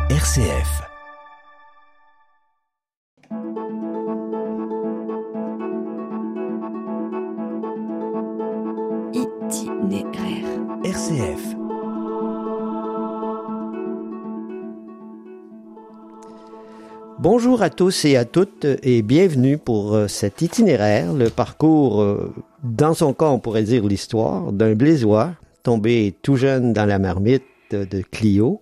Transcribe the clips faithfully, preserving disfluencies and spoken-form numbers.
R C F. Itinéraire. R C F. Bonjour à tous et à toutes et bienvenue pour euh, cet itinéraire, le parcours, euh, dans son cas on pourrait dire l'histoire, d'un Blésois tombé tout jeune dans la marmite de, de Clio,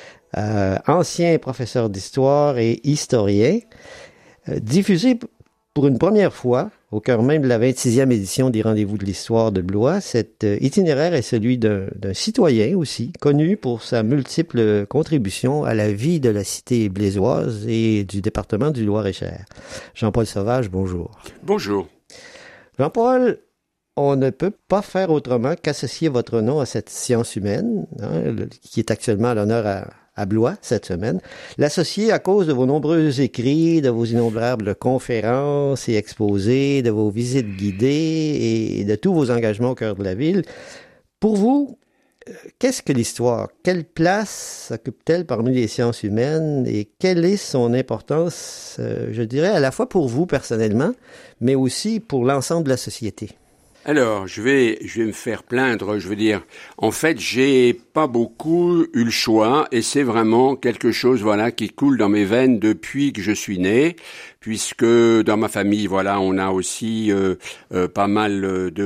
euh, ancien professeur d'histoire et historien, euh, diffusé p- pour une première fois au cœur même de la vingt-sixième édition des Rendez-vous de l'Histoire de Blois. Cet euh, itinéraire est celui d'un, d'un citoyen aussi, connu pour sa multiple contribution à la vie de la cité blésoise et du département du Loir-et-Cher. Jean-Paul Sauvage, bonjour. Bonjour. Jean-Paul, on ne peut pas faire autrement qu'associer votre nom à cette science humaine, hein, le- qui est actuellement à l'honneur à, à Blois cette semaine. L'associer à cause de vos nombreux écrits, de vos innombrables conférences et exposés, de vos visites guidées et de tous vos engagements au cœur de la ville. Pour vous, euh, qu'est-ce que l'histoire? Quelle place occupe-t-elle parmi les sciences humaines et quelle est son importance, euh, je dirais, à la fois pour vous personnellement, mais aussi pour l'ensemble de la société? Alors, je vais, je vais me faire plaindre, je veux dire, en fait, j'ai pas beaucoup eu le choix et c'est vraiment quelque chose, voilà, qui coule dans mes veines depuis que je suis né, puisque dans ma famille, voilà, on a aussi euh, euh, pas mal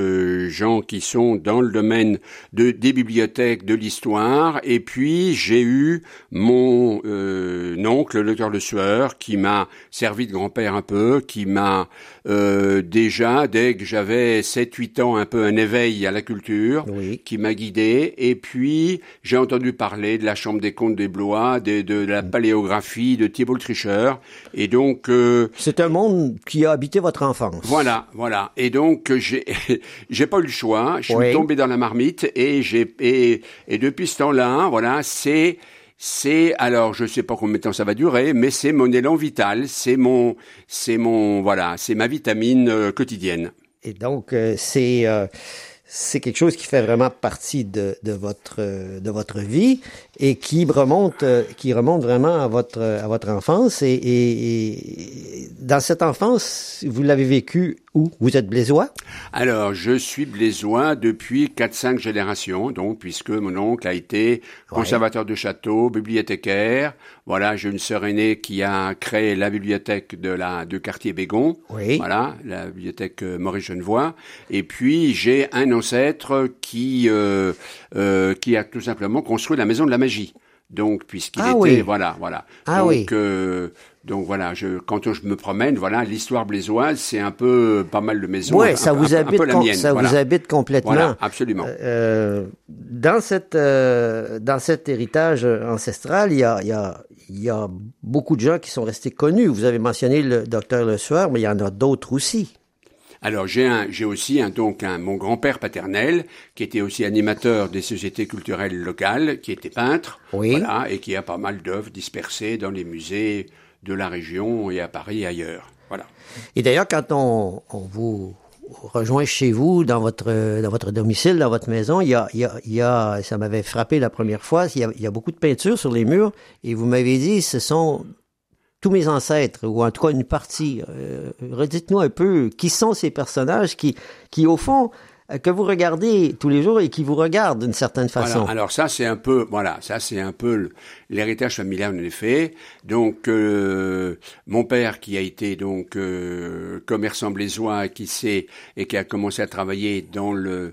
de gens qui sont dans le domaine de, des bibliothèques, de l'histoire, et puis j'ai eu mon euh, oncle, le docteur Le Sueur, qui m'a servi de grand-père un peu, qui m'a euh, déjà, dès que j'avais sept huit ans, un peu un éveil à la culture, Oui. qui m'a guidé, et puis j'ai entendu parler de la Chambre des comptes des Blois, de, de la paléographie, de Thibault le Tricheur, et donc... Euh, C'est un monde qui a habité votre enfance. Voilà, voilà. Et donc j'ai j'ai pas eu le choix. Je suis Oui. tombé dans la marmite et j'ai et, et depuis ce temps-là, voilà, c'est c'est alors je sais pas combien de temps ça va durer, mais c'est mon élan vital, c'est mon c'est mon voilà, c'est ma vitamine euh, quotidienne. Et donc, euh, c'est euh, c'est quelque chose qui fait vraiment partie de, de votre euh, de votre vie et qui remonte euh, qui remonte vraiment à votre à votre enfance. Et, et, et dans cette enfance, vous l'avez vécu où? Vous êtes blésois? Alors, je suis blésois depuis quatre cinq générations, donc, puisque mon oncle a été conservateur de château, bibliothécaire. Voilà, j'ai une sœur aînée qui a créé la bibliothèque de la, de quartier Bégon. Oui. Voilà, la bibliothèque euh, Maurice Genevoix. Et puis, j'ai un ancêtre qui, euh, euh, qui a tout simplement construit la maison de la magie. Donc, puisqu'il Ah était, oui. voilà, voilà. Ah donc, oui. euh, donc voilà, je, quand je me promène, voilà, l'histoire blésoise, c'est un peu pas mal de maisons. Ouais, un, ça un, vous un, habite, un peu la com- mienne. ça voilà. vous habite complètement. Voilà, absolument. Euh, dans cette euh, dans cet héritage ancestral, il y a il y a il y a beaucoup de gens qui sont restés connus. Vous avez mentionné le docteur Le Sueur, mais il y en a d'autres aussi. Alors j'ai un, j'ai aussi un, donc un, mon grand-père paternel qui était aussi animateur des sociétés culturelles locales, qui était peintre, Oui. voilà, et qui a pas mal d'œuvres dispersées dans les musées de la région et à Paris et ailleurs. Voilà. Et d'ailleurs, quand on, on vous rejoint chez vous, dans votre dans votre domicile, dans votre maison, il y a il y a, il y a ça m'avait frappé la première fois, il y a, il y a beaucoup de peintures sur les murs, et vous m'avez dit ce sont tous mes ancêtres, ou en tout cas une partie. Euh, redites-nous un peu qui sont ces personnages qui, qui au fond, euh, que vous regardez tous les jours et qui vous regardent d'une certaine façon. Voilà. Alors ça c'est un peu, voilà, ça c'est un peu l'héritage familial en effet. Donc euh, mon père qui a été donc euh, commerçant blésois, qui s'est et qui a commencé à travailler dans le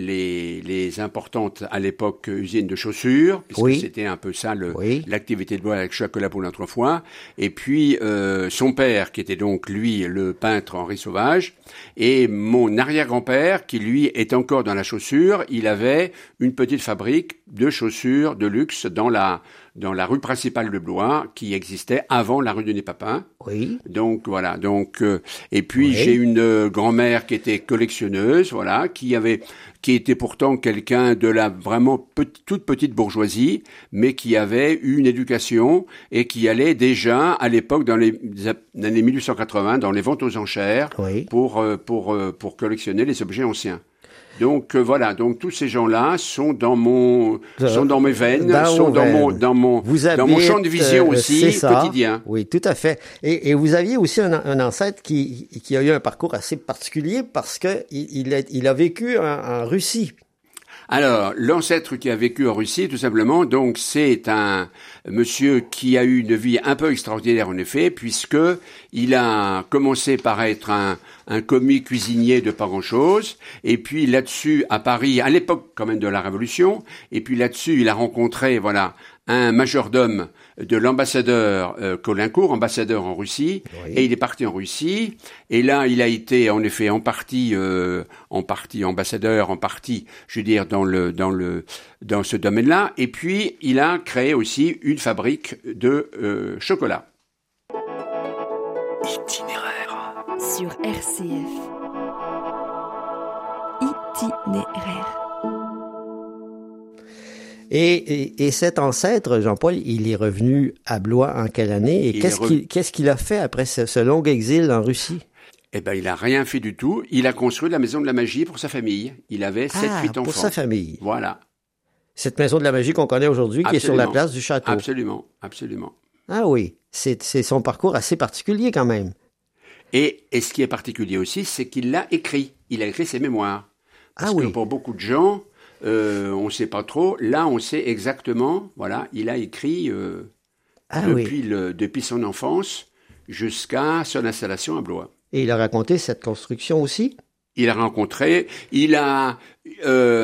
les les importantes à l'époque usines de chaussures, puisque Oui. c'était un peu ça le Oui. l'activité de bois avec chocolat pour autrefois. Et puis euh, son père qui était donc lui le peintre Henri Sauvage, et mon arrière-grand-père qui lui est encore dans la chaussure. Il avait une petite fabrique de chaussures de luxe dans la dans la rue principale de Blois, qui existait avant la rue du Nez-Papin. Oui. Donc voilà. Donc euh, et puis Oui. j'ai une euh, grand-mère qui était collectionneuse, voilà, qui avait qui était pourtant quelqu'un de la vraiment petite, toute petite bourgeoisie, mais qui avait eu une éducation et qui allait déjà à l'époque dans les années mille huit cent quatre-vingts dans les ventes aux enchères Oui. pour euh, pour euh, pour collectionner les objets anciens. Donc euh, voilà, donc tous ces gens-là sont dans mon, Euh, sont dans mes veines, dans sont vos dans mon, veines. dans mon, Vous dans mon habitez, champ de vision euh, aussi c'est ça. quotidien. Oui, tout à fait. Et, et vous aviez aussi un, un ancêtre qui, qui a eu un parcours assez particulier parce que il, il, a, il a vécu en, en Russie. Alors, l'ancêtre qui a vécu en Russie, tout simplement, donc c'est un monsieur qui a eu une vie un peu extraordinaire en effet, puisque il a commencé par être un, un commis cuisinier de pas grand-chose, et puis là-dessus, à Paris, à l'époque quand même de la Révolution, et puis là-dessus, il a rencontré, voilà, un majordome de l'ambassadeur euh, Caulaincourt, ambassadeur en Russie, Oui. et il est parti en Russie, et là, il a été en effet en partie, euh, en partie ambassadeur, en partie, je veux dire, dans le, dans le, dans ce domaine-là, et puis il a créé aussi une fabrique de euh, chocolat. Itinéraire. Sur R C F. Itinéraire. Et, et, et cet ancêtre, Jean-Paul, il est revenu à Blois en quelle année? Et Il qu'est-ce est re- qu'il qu'est-ce qu'il a fait après ce, ce long exil en Russie? Eh ben, il a rien fait du tout. Il a construit la maison de la magie pour sa famille. Il avait sept, Ah, huit enfants. pour sa famille. Voilà. Cette maison de la magie qu'on connaît aujourd'hui, qui est sur la Absolument. place du château. Absolument, absolument. Ah oui, c'est c'est son parcours assez particulier quand même. Et, et ce qui est particulier aussi, c'est qu'il l'a écrit. Il a écrit ses mémoires. Parce Ah que oui. pour beaucoup de gens, euh, on ne sait pas trop. Là, on sait exactement. Voilà, il a écrit euh, Ah oui. depuis, le, depuis son enfance jusqu'à son installation à Blois. Et il a raconté cette construction aussi? Il a rencontré, il a... Euh,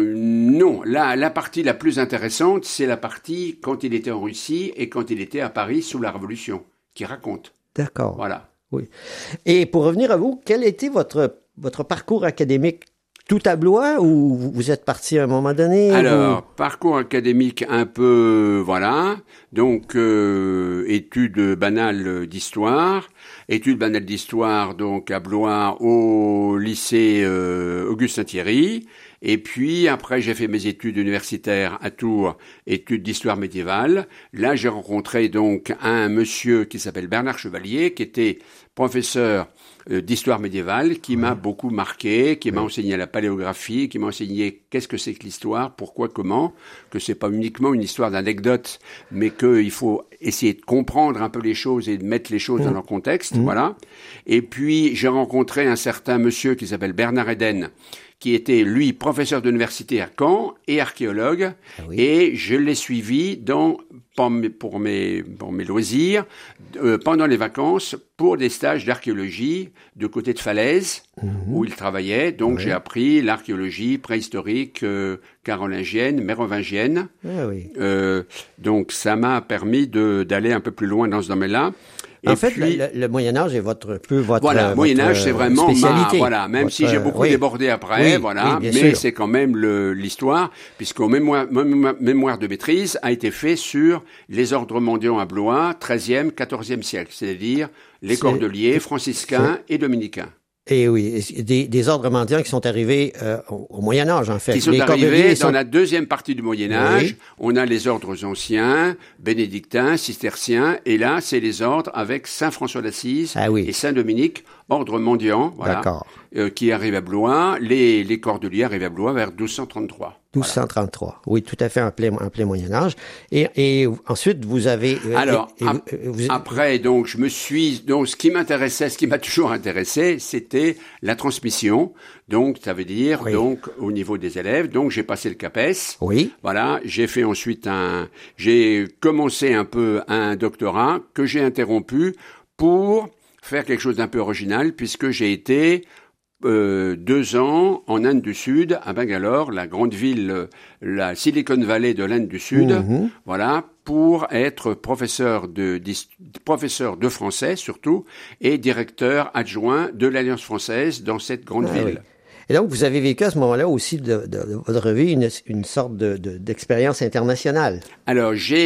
non, la, la partie la plus intéressante, c'est la partie quand il était en Russie et quand il était à Paris sous la Révolution, qui raconte. D'accord. Voilà. Oui. Et pour revenir à vous, quel était votre, votre parcours académique? Tout à Blois ou vous- vous êtes parti à un moment donné? Alors, parcours académique un peu, voilà. Donc, euh, études banales d'histoire. Études banales d'histoire, donc, à Blois, au lycée euh, Augustin-Thierry. Et puis, après, j'ai fait mes études universitaires à Tours, études d'histoire médiévale. Là, j'ai rencontré, donc, un monsieur qui s'appelle Bernard Chevalier, qui était professeur euh, d'histoire médiévale, qui m'a beaucoup marqué, qui m'a enseigné la paléographie, qui m'a enseigné qu'est-ce que c'est que l'histoire, pourquoi, comment, que c'est pas uniquement une histoire d'anecdotes, mais qu'il faut essayer de comprendre un peu les choses et de mettre les choses dans leur contexte, voilà. Et puis, j'ai rencontré un certain monsieur qui s'appelle Bernard Eden, qui était, lui, professeur d'université à Caen et archéologue, Ah oui. et je l'ai suivi dans, pour mes, pour mes, pour mes loisirs, euh, pendant les vacances, pour des stages d'archéologie de côté de Falaise, où il travaillait. Donc, Ouais. j'ai appris l'archéologie préhistorique euh, carolingienne, mérovingienne. Ah oui. Euh, donc, ça m'a permis de, d'aller un peu plus loin dans ce domaine-là. En Et fait, puis, le, le- le Moyen-Âge est votre peu votre voilà, votre, Moyen Âge, euh, c'est vraiment ma, spécialité. voilà, même Votre, si j'ai euh, beaucoup oui. débordé après, Oui, voilà, oui, bien mais sûr. c'est quand même le, l'histoire, puisqu'au mémoire, mémoire, mémoire de maîtrise a été fait sur les ordres mendiants à Blois, treizième, quatorzième siècle, c'est-à-dire les C'est- cordeliers, franciscains et dominicains. Et oui, et des, des ordres mendiants qui sont arrivés euh, au, au Moyen Âge, en fait. Qui sont Les arrivés cordeliers dans sont- la deuxième partie du Moyen Âge. Oui. On a les ordres anciens, bénédictins, cisterciens, et là, c'est les ordres avec Saint François d'Assise Ah oui. et Saint Dominique, ordre mendiant, voilà, D'accord. euh, qui arrivent à Blois. Les, les cordeliers arrivent à Blois vers douze cent trente-trois. douze cent trente-trois. Oui, tout à fait en plein, en plein Moyen Âge. Et, et ensuite, vous avez... euh, Alors, et- et ap- vous- euh, vous- après, donc, je me suis, donc, ce qui m'intéressait, ce qui m'a toujours intéressé, c'était la transmission. Donc, ça veut dire, Oui. donc, au niveau des élèves. Donc, j'ai passé le CAPES. Oui. Voilà. J'ai fait ensuite un, j'ai commencé un peu un doctorat que j'ai interrompu pour faire quelque chose d'un peu original puisque j'ai été Euh, deux ans en Inde du Sud, à Bangalore, la grande ville, euh, la Silicon Valley de l'Inde du Sud, Mhm. voilà, pour être professeur de, d'his- professeur de français surtout, et directeur adjoint de l'Alliance française dans cette grande Ah ville. oui. Et donc, vous avez vécu à ce moment-là aussi de, de, de votre vie une, une sorte de, de, d'expérience internationale. Alors, j'ai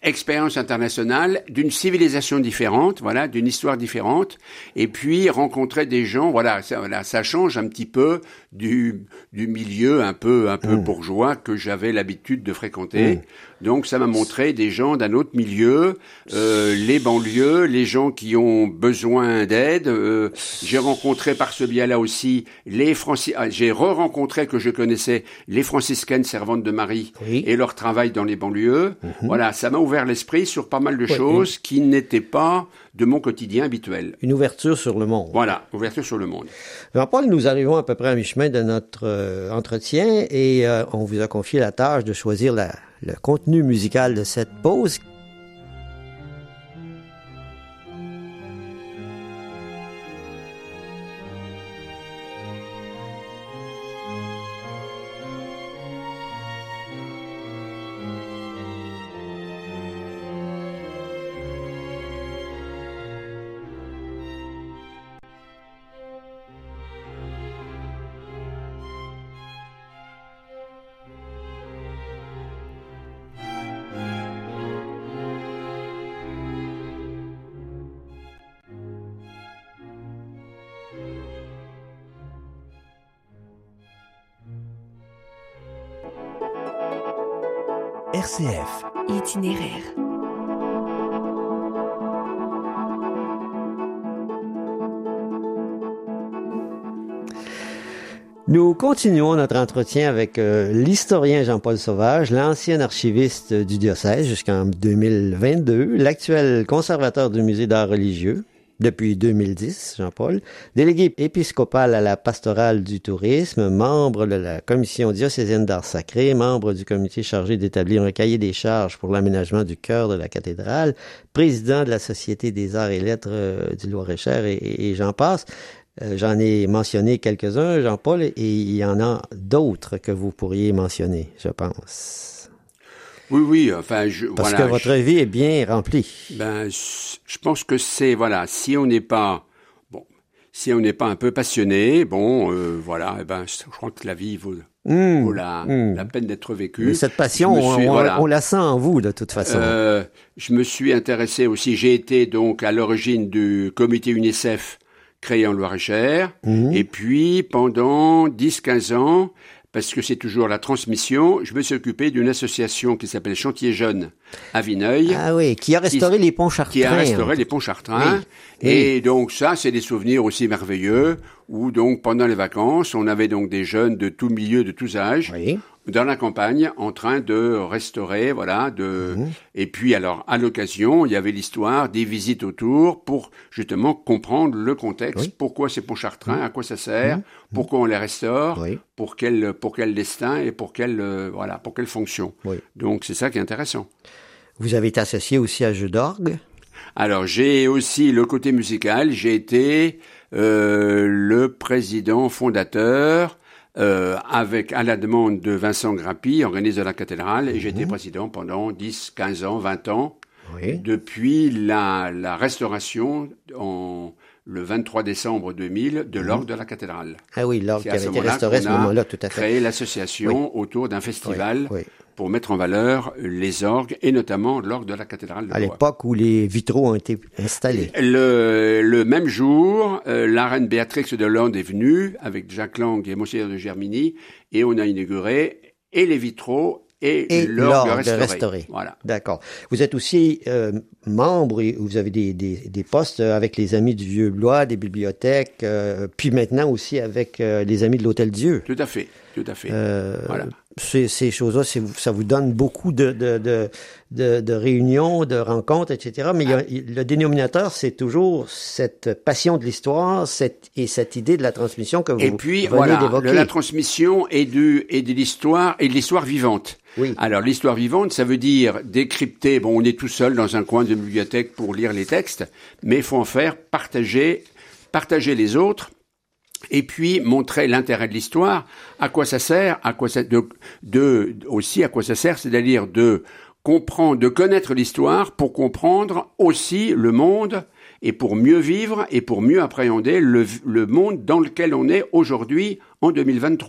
expérience internationale d'une civilisation différente, voilà, d'une histoire différente, et puis rencontrer des gens, voilà, ça, voilà, ça change un petit peu du du milieu un peu un peu mmh. bourgeois que j'avais l'habitude de fréquenter. Mmh. Donc ça m'a montré des gens d'un autre milieu, euh, les banlieues, les gens qui ont besoin d'aide. Euh, j'ai rencontré par ce biais-là aussi les Francis, ah, j'ai re-rencontré que je connaissais les franciscaines servantes de Marie oui. et leur travail dans les banlieues. Mmh. Voilà, ça m'a ouvert l'esprit sur pas mal de oui, choses oui. qui n'étaient pas de mon quotidien habituel. Une ouverture sur le monde. Voilà, ouverture sur le monde. Jean-Paul, nous arrivons à peu près à mi-chemin de notre euh, entretien et euh, on vous a confié la tâche de choisir la, le contenu musical de cette pause. R C F. Itinéraire. Nous continuons notre entretien avec euh, l'historien Jean-Paul Sauvage, l'ancien archiviste du diocèse jusqu'en deux mille vingt-deux, l'actuel conservateur du musée d'art religieux depuis deux mille dix, Jean-Paul, délégué épiscopal à la pastorale du tourisme, membre de la commission diocésaine d'art sacré, membre du comité chargé d'établir un cahier des charges pour l'aménagement du chœur de la cathédrale, président de la Société des arts et lettres euh, du Loir-et-Cher et, et, et j'en passe. Euh, j'en ai mentionné quelques-uns, Jean-Paul, et il y en a d'autres que vous pourriez mentionner, je pense. Oui, oui, enfin, je, Parce voilà, que votre je, vie est bien remplie. Ben, je pense que c'est, voilà, si on n'est pas, bon, si on n'est pas un peu passionné, bon, euh, voilà, eh ben, je crois que la vie vaut, mmh, vaut la, mmh. la peine d'être vécue. Mais cette passion, suis, on, voilà, on la sent en vous, de toute façon. Euh, je me suis intéressé aussi, j'ai été donc à l'origine du comité UNICEF créé en Loir-et-Cher, mmh. et puis pendant dix quinze ans, parce que c'est toujours la transmission, je me suis occupé d'une association qui s'appelle Chantier Jeunes à Vineuil. Ah oui, qui a restauré qui, les ponts chartrains. Qui a restauré les ponts chartrains. Oui, et oui. donc ça, c'est des souvenirs aussi merveilleux, où donc pendant les vacances, on avait donc des jeunes de tout milieu, de tous âges, oui. dans la campagne, en train de restaurer, voilà, de, mmh. et puis alors, à l'occasion, il y avait l'histoire, des visites autour, pour justement comprendre le contexte, oui. pourquoi ces ponts chartrains, mmh. à quoi ça sert, mmh. pourquoi on les restaure, oui. pour quel, pour quel destin et pour quelle, euh, voilà, pour quelle fonction. Oui. Donc, c'est ça qui est intéressant. Vous avez été associé aussi à Jeux d'orgue? Alors, j'ai aussi le côté musical, j'ai été, euh, le président fondateur, Euh, avec, à la demande de Vincent Grappi, organiste de la cathédrale, et mmh. j'ai été président pendant dix, quinze ans, vingt ans, oui. depuis la, la restauration en, le vingt-trois décembre deux mille de mmh. l'orgue de la cathédrale. Ah oui, l'orgue qui avait été restauré à ce moment-là, tout à fait. Créé l'association oui. autour d'un festival oui. Oui. pour mettre en valeur les orgues, et notamment l'orgue de la cathédrale de À l'époque où les vitraux ont été installés. Le, le même jour, euh, la reine Béatrix de Hollande est venue avec Jacques Lang et Monseigneur de Germigny, et on a inauguré et les vitraux et, et l'orgue restauré. restauré. Voilà. D'accord. Vous êtes aussi euh, membre, et vous avez des, des, des postes avec les Amis du Vieux-Blois, des bibliothèques, euh, puis maintenant aussi avec euh, les Amis de l'Hôtel-Dieu. Tout à fait, tout à fait. Euh, voilà. Ces, ces choses-là, c'est, ça vous donne beaucoup de, de, de, de, de réunions, de rencontres, et cetera. Mais ah. il y a, le dénominateur, c'est toujours cette passion de l'histoire cette, et cette idée de la transmission que vous et puis, venez voilà, d'évoquer. De la transmission et, du, et de l'histoire, et de l'histoire vivante. Oui. Alors, l'histoire vivante, ça veut dire décrypter. Bon, on est tout seul dans un coin de bibliothèque pour lire les textes, mais il faut en faire partager, partager les autres. Et puis montrer l'intérêt de l'histoire, à quoi ça sert, à quoi ça de, de aussi à quoi ça sert, c'est-à-dire de comprendre, de connaître l'histoire pour comprendre aussi le monde et pour mieux vivre et pour mieux appréhender le, le monde dans lequel on est aujourd'hui en deux mille vingt-trois.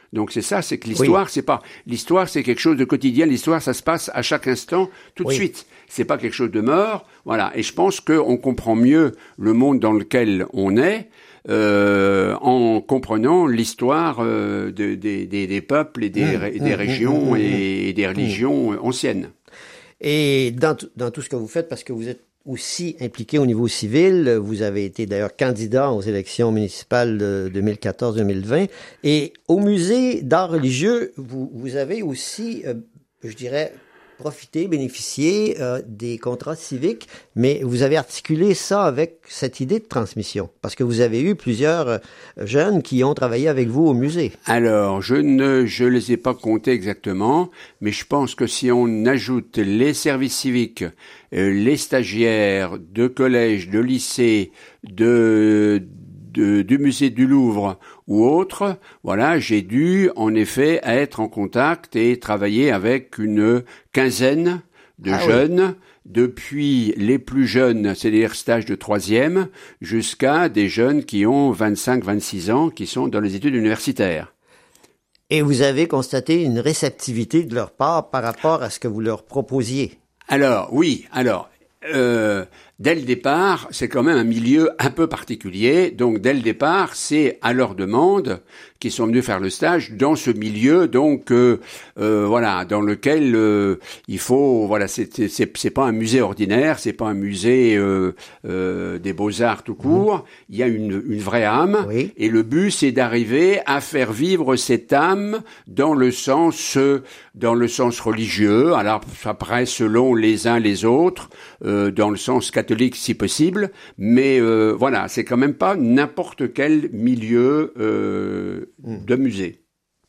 Donc c'est ça, c'est que l'histoire, oui. c'est pas l'histoire, c'est quelque chose de quotidien. L'histoire, ça se passe à chaque instant, tout de oui. suite. C'est pas quelque chose de mort, voilà. Et je pense qu'on comprend mieux le monde dans lequel on est euh, en comprenant l'histoire euh, de, de, de, des peuples et des, mmh, des mmh, régions mmh, et, et des religions mmh. anciennes. Et dans, t- dans tout ce que vous faites, parce que vous êtes aussi impliqué au niveau civil. Vous avez été d'ailleurs candidat aux élections municipales de deux mille quatorze deux mille vingt. Et au musée d'art religieux, vous, vous avez aussi, euh, je dirais, profité, bénéficié euh, des contrats civiques, mais vous avez articulé ça avec cette idée de transmission, parce que vous avez eu plusieurs euh, jeunes qui ont travaillé avec vous au musée. Alors, je ne je les ai pas comptés exactement, mais je pense que si on ajoute les services civiques, euh, les stagiaires de collège, de lycée, de De, du musée du Louvre ou autre, voilà, j'ai dû en effet être en contact et travailler avec une quinzaine de ah jeunes, oui. depuis les plus jeunes, c'est-à-dire stage de troisième, jusqu'à des jeunes qui ont vingt-cinq vingt-six ans, qui sont dans les études universitaires. Et vous avez constaté une réceptivité de leur part par rapport à ce que vous leur proposiez? Alors, oui, alors... Euh, dès le départ, c'est quand même un milieu un peu particulier. Donc, dès le départ, c'est à leur demande qu'ils sont venus faire le stage dans ce milieu, donc euh, euh, voilà, dans lequel euh, il faut, voilà, c'est, c'est c'est pas un musée ordinaire, c'est pas un musée euh, euh, des beaux-arts tout court. Mmh. Il y a une une vraie âme, oui. Et le but, c'est d'arriver à faire vivre cette âme dans le sens dans le sens religieux. Alors après, selon les uns les autres, euh, dans le sens catholique si possible, mais euh, voilà, c'est quand même pas n'importe quel milieu euh, de musée.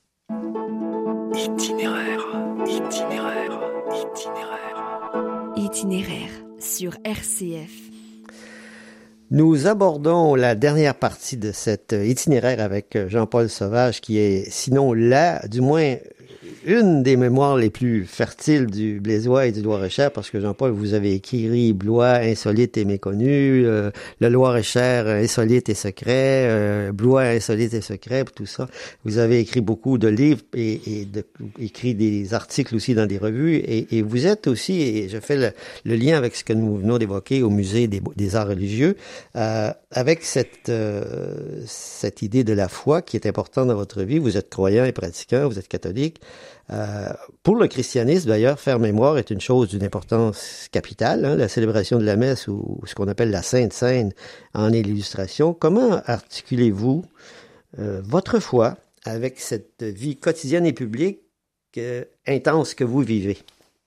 Itinéraire, itinéraire, itinéraire. Itinéraire sur R C F. Nous abordons la dernière partie de cet itinéraire avec Jean-Paul Sauvage, qui est sinon là, du moins une des mémoires les plus fertiles du Blésois et du Loir-et-Cher, parce que Jean-Paul, vous avez écrit Blois, insolite et méconnu, euh, le Loir-et-Cher, insolite et secret, euh, Blois, insolite et secret, tout ça. Vous avez écrit beaucoup de livres et, et de, écrit des articles aussi dans des revues, et, et vous êtes aussi, et je fais le, le lien avec ce que nous venons d'évoquer au musée des, des arts religieux, euh, avec cette, euh, cette idée de la foi qui est importante dans votre vie. Vous êtes croyant et pratiquant, vous êtes catholique. Euh, pour le christianisme, d'ailleurs, faire mémoire est une chose d'une importance capitale. Hein, la célébration de la messe, ou ce qu'on appelle la Sainte Seine, en est l'illustration. Comment articulez-vous euh, votre foi avec cette vie quotidienne et publique euh, intense que vous vivez?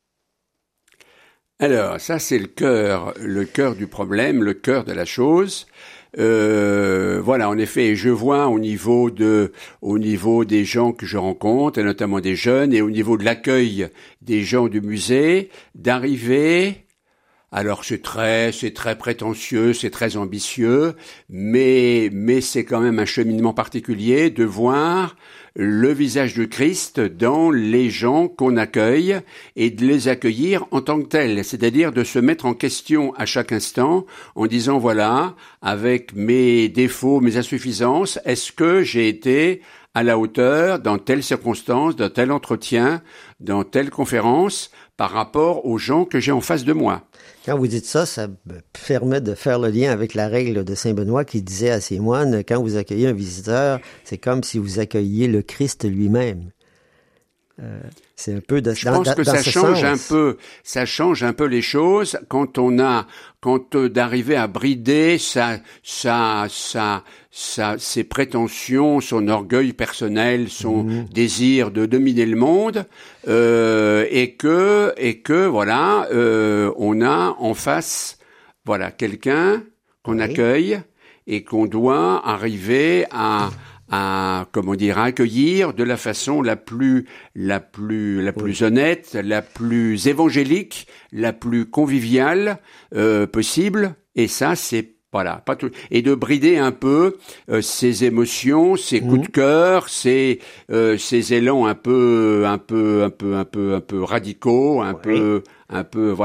Alors, ça, c'est le cœur, le cœur du problème, le cœur de la chose. Euh, voilà, en effet, je vois au niveau de, au niveau des gens que je rencontre, et notamment des jeunes, et au niveau de l'accueil des gens du musée, d'arriver. Alors c'est très, c'est très prétentieux, c'est très ambitieux, mais mais c'est quand même un cheminement particulier de voir le visage de Christ dans les gens qu'on accueille et de les accueillir en tant que tels, c'est-à-dire de se mettre en question à chaque instant en disant voilà, avec mes défauts, mes insuffisances, est-ce que j'ai été à la hauteur dans telle circonstance, dans tel entretien, dans telle conférence par rapport aux gens que j'ai en face de moi. Quand vous dites ça, ça me permet de faire le lien avec la règle de Saint Benoît qui disait à ses moines, quand vous accueillez un visiteur, c'est comme si vous accueilliez le Christ lui-même. Euh, c'est un peu de Je dans, pense dans, que dans ça ce change sens. un peu, ça change un peu les choses quand on a, quand euh, d'arriver à brider sa, sa, sa, sa, ses prétentions, son orgueil personnel, son mmh. désir de dominer le monde, euh, et que, et que voilà, euh, on a en face, voilà, quelqu'un qu'on oui. accueille et qu'on doit arriver à à comment dire à accueillir de la façon la plus la plus la plus oui. honnête, la plus évangélique, la plus conviviale euh, possible. Et ça, c'est voilà, pas tout. Et de brider un peu euh, ses émotions, ses mmh. coups de cœur, ses euh, ses élans un peu un peu un peu un peu un peu radicaux, un oui. peu un peu voilà.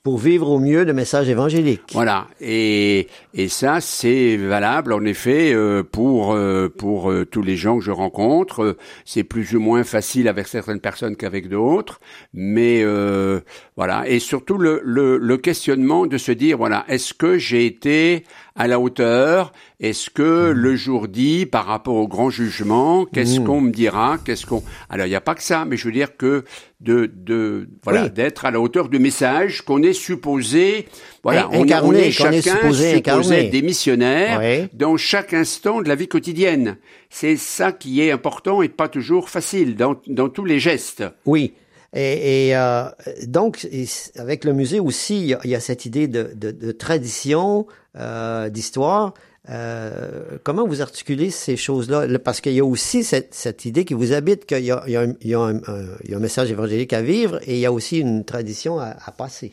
Pour vivre au mieux le message évangélique. Voilà, et et ça c'est valable en effet euh, pour euh, pour euh, tous les gens que je rencontre. Euh, c'est plus ou moins facile avec certaines personnes qu'avec d'autres, mais euh, voilà. Et surtout le le le questionnement de se dire voilà, est-ce que j'ai été à la hauteur? Est-ce que mmh. le jour dit, par rapport au grand jugement, qu'est-ce mmh. qu'on me dira? Qu'est-ce qu'on... Alors, il n'y a pas que ça, mais je veux dire que de, de, voilà, oui. d'être à la hauteur du message qu'on est supposé, voilà, on, incarné, on est chacun est supposé, supposé être des missionnaires oui. dans chaque instant de la vie quotidienne. C'est ça qui est important et pas toujours facile dans, dans tous les gestes. Oui. Et, et euh, donc, et avec le musée aussi, il y a, il y a cette idée de, de, de tradition, euh, d'histoire. Euh, comment vous articulez ces choses-là? Parce qu'il y a aussi cette, cette idée qui vous habite, qu'il y a, il y a, un, il y a, un, un, il y a un message évangélique à vivre et il y a aussi une tradition à, à passer.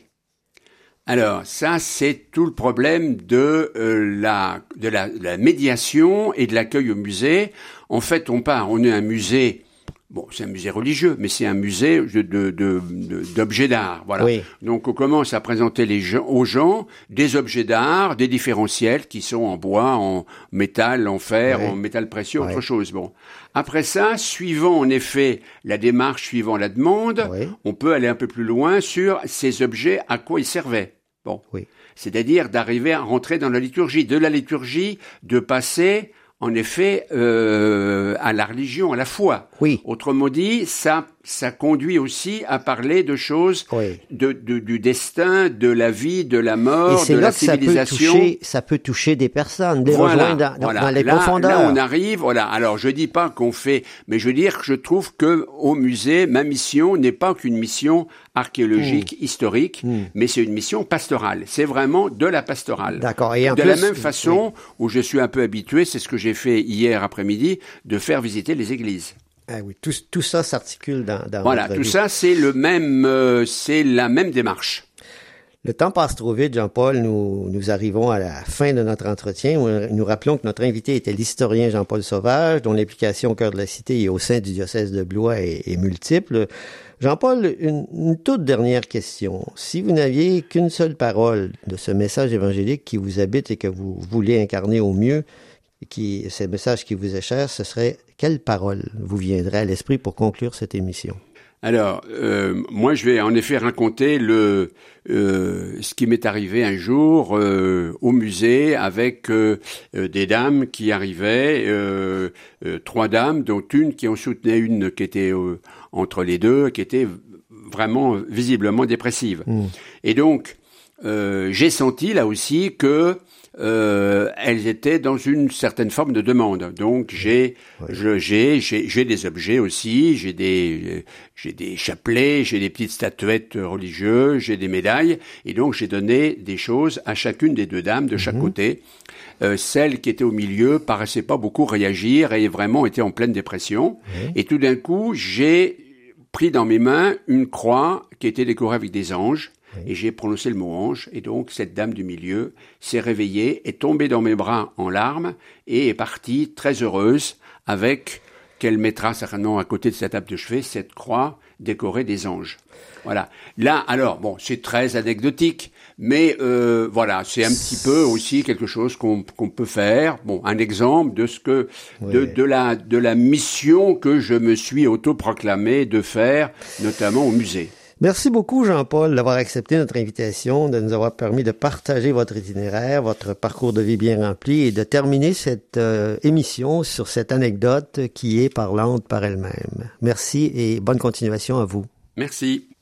Alors, ça, c'est tout le problème de euh, la de la, de la médiation et de l'accueil au musée. En fait, on part, on est un musée. Bon, c'est un musée religieux, mais c'est un musée de, de, de, de, d'objets d'art, voilà. Oui. Donc, on commence à présenter les gens, aux gens des objets d'art, des différentiels qui sont en bois, en métal, en fer, oui. en métal précieux, oui. autre chose. Bon. Après ça, suivant en effet la démarche, suivant la demande, oui. on peut aller un peu plus loin sur ces objets, à quoi ils servaient. Bon. Oui. C'est-à-dire d'arriver à rentrer dans la liturgie, de la liturgie, de passer en effet, euh, à la religion, à la foi. Oui. Autrement dit, ça, ça conduit aussi à parler de choses, oui. de, de, du destin, de la vie, de la mort, et c'est de là la que civilisation. Ça peut toucher, ça peut toucher des personnes, les voilà, rejoindre dans, voilà. dans les là, profondeurs. Là, on arrive, voilà. Alors, je dis pas qu'on fait, mais je veux dire que je trouve que au musée, ma mission n'est pas qu'une mission archéologique, mmh. historique, mmh. mais c'est une mission pastorale. C'est vraiment de la pastorale. D'accord. Et en de plus, la même façon, oui. où je suis un peu habitué, c'est ce que j'ai fait hier après-midi, de faire visiter les églises. Ah oui, tout, tout ça s'articule dans, dans voilà, votre tout vie. ça, c'est le même, euh, c'est la même démarche. Le temps passe trop vite, Jean-Paul. Nous, nous arrivons à la fin de notre entretien. Nous rappelons que notre invité était l'historien Jean-Paul Sauvage, dont l'implication au cœur de la cité et au sein du diocèse de Blois est, est multiple. Jean-Paul, une, une toute dernière question. Si vous n'aviez qu'une seule parole de ce message évangélique qui vous habite et que vous voulez incarner au mieux, qui, ce message qui vous est cher, ce serait quelle parole vous viendrait à l'esprit pour conclure cette émission? Alors, euh, moi, je vais en effet raconter le euh, ce qui m'est arrivé un jour euh, au musée avec euh, euh, des dames qui arrivaient, euh, euh, trois dames, dont une qui en soutenait une qui était euh, entre les deux, qui était vraiment visiblement dépressive. Mmh. Et donc, euh, j'ai senti là aussi que Euh, elles étaient dans une certaine forme de demande. Donc j'ai, oui. je, j'ai, j'ai, j'ai des objets aussi. J'ai des, j'ai des chapelets, j'ai des petites statuettes religieuses, j'ai des médailles. Et donc j'ai donné des choses à chacune des deux dames de chaque mmh. côté. Euh, celle qui était au milieu paraissait pas beaucoup réagir et vraiment était en pleine dépression. Mmh. Et tout d'un coup, j'ai pris dans mes mains une croix qui était décorée avec des anges. Et j'ai prononcé le mot ange, et donc cette dame du milieu s'est réveillée, est tombée dans mes bras en larmes, et est partie très heureuse avec, qu'elle mettra certainement à côté de sa table de chevet, cette croix décorée des anges. Voilà. Là, alors, bon, c'est très anecdotique, mais euh, voilà, c'est un petit peu aussi quelque chose qu'on, qu'on peut faire. Bon, un exemple de ce que, oui. de, de la, de la mission que je me suis autoproclamé de faire, notamment au musée. Merci beaucoup, Jean-Paul, d'avoir accepté notre invitation, de nous avoir permis de partager votre itinéraire, votre parcours de vie bien rempli et de terminer cette euh, émission sur cette anecdote qui est parlante par elle-même. Merci et bonne continuation à vous. Merci.